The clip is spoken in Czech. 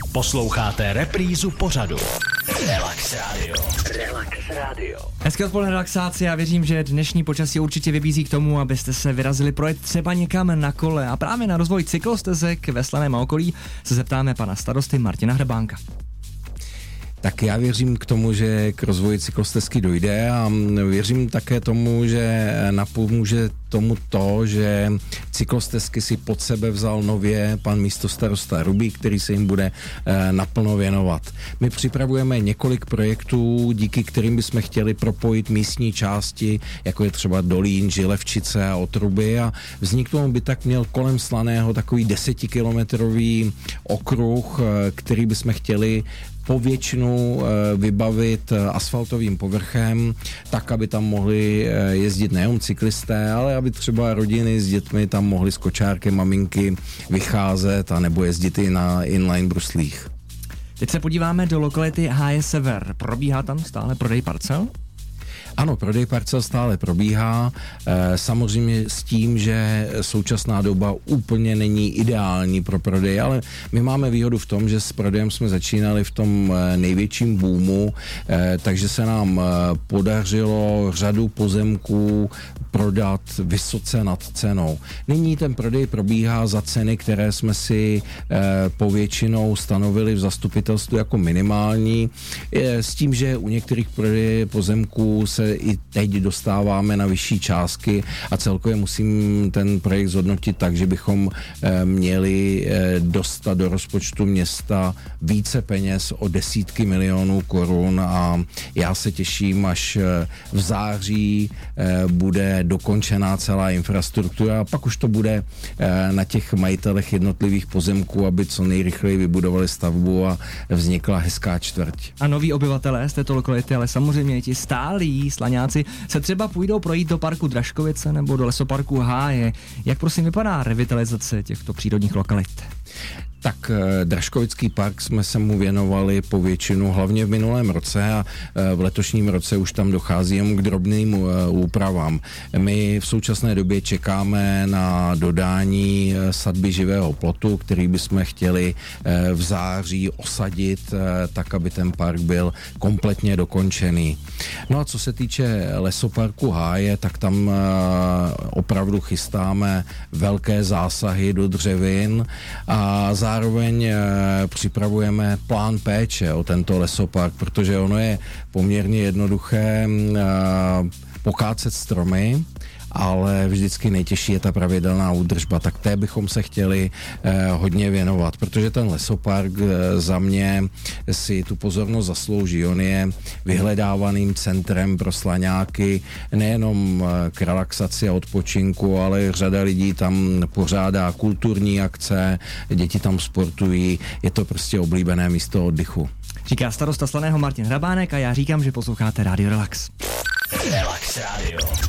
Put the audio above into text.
Posloucháte reprízu pořadu Relax Radio. Relax Radio. Hezké odpoledne, relaxáci. Já věřím, že dnešní počasí určitě vybízí k tomu, abyste se vyrazili projet třeba někam na kole. A právě na rozvoj cyklostezek ve Slaném a okolí se zeptáme pana starosty Martina Hrebánka. Tak já věřím k tomu, že k rozvoji cyklostezky dojde a věřím také tomu, že napomůže tomu to, že cyklostezky si pod sebe vzal nově pan místostarosta Rubík, který se jim bude naplno věnovat. My připravujeme několik projektů, díky kterým bychom chtěli propojit místní části, jako je třeba Dolín, Žilevčice a Otruby, a vzniknout by tak měl kolem Slaného takový 10kilometrový okruh, který bychom chtěli po většinu vybavit asfaltovým povrchem, tak, aby tam mohli jezdit nejen cyklisté, ale aby třeba rodiny s dětmi tam mohly s kočárkem maminky vycházet a nebo jezdit i na inline bruslích. Teď se podíváme do lokality Háje Sever. Probíhá tam stále prodej parcel? Ano, prodej parcel stále probíhá, samozřejmě s tím, že současná doba úplně není ideální pro prodej, ale my máme výhodu v tom, že s prodejem jsme začínali v tom největším boomu, takže se nám podařilo řadu pozemků prodat vysoce nad cenou. Nyní ten prodej probíhá za ceny, které jsme si povětšinou stanovili v zastupitelstvu jako minimální, s tím, že u některých prodejů pozemků se i teď dostáváme na vyšší částky a celkově musím ten projekt zhodnotit tak, že bychom měli dostat do rozpočtu města více peněz o desítky milionů korun a já se těším, až v září bude dokončená celá infrastruktura a pak už to bude na těch majitelech jednotlivých pozemků, aby co nejrychleji vybudovali stavbu a vznikla hezká čtvrť. A noví obyvatelé z této lokality, ale samozřejmě ti stálí slaňáci, se třeba půjdou projít do parku Dražkovice nebo do lesoparku Háje. Jak prosím vypadá revitalizace těchto přírodních lokalit? Tak Dražkovický park jsme se mu věnovali po většinu, hlavně v minulém roce a v letošním roce už tam dochází jen k drobným úpravám. My v současné době čekáme na dodání sadby živého plotu, který bychom chtěli v září osadit, tak, aby ten park byl kompletně dokončený. No a co se týče lesoparku Háje, tak tam opravdu chystáme velké zásahy do dřevin a zároveň připravujeme plán péče o tento lesopark, protože ono je poměrně jednoduché pokácet stromy, ale vždycky nejtěžší je ta pravidelná údržba, tak té bychom se chtěli hodně věnovat, protože ten lesopark za mě si tu pozornost zaslouží. On je vyhledávaným centrem pro slaňáky, nejenom k relaxaci a odpočinku, ale řada lidí tam pořádá kulturní akce, děti tam sportují, je to prostě oblíbené místo oddychu. Říká starosta Slaného Martin Hrabánek a já říkám, že posloucháte Radio Relax. Relax Radio.